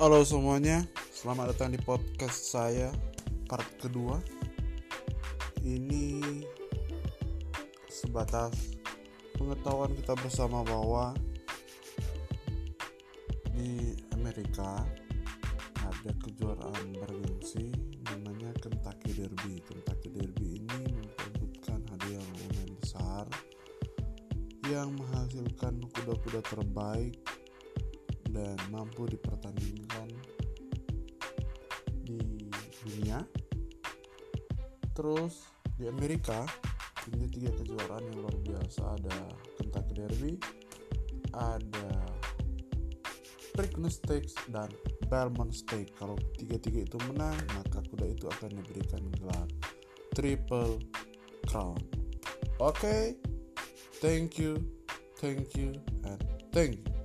Halo semuanya, selamat datang di podcast saya part kedua. Ini sebatas pengetahuan kita bersama bahwa di Amerika ada kejuaraan bergengsi namanya Kentucky Derby. Kentucky Derby ini memperebutkan hadiah lumayan besar yang menghasilkan kuda-kuda terbaik dan mampu dipertandingkan di dunia. Terus di Amerika punya 3 kejuaraan yang luar biasa. Ada Kentucky Derby, ada Preakness Stakes, dan Belmont Stakes. Kalau 3 itu menang, maka kuda itu akan diberikan gelar Triple Crown. Oke, thank you, and thank you.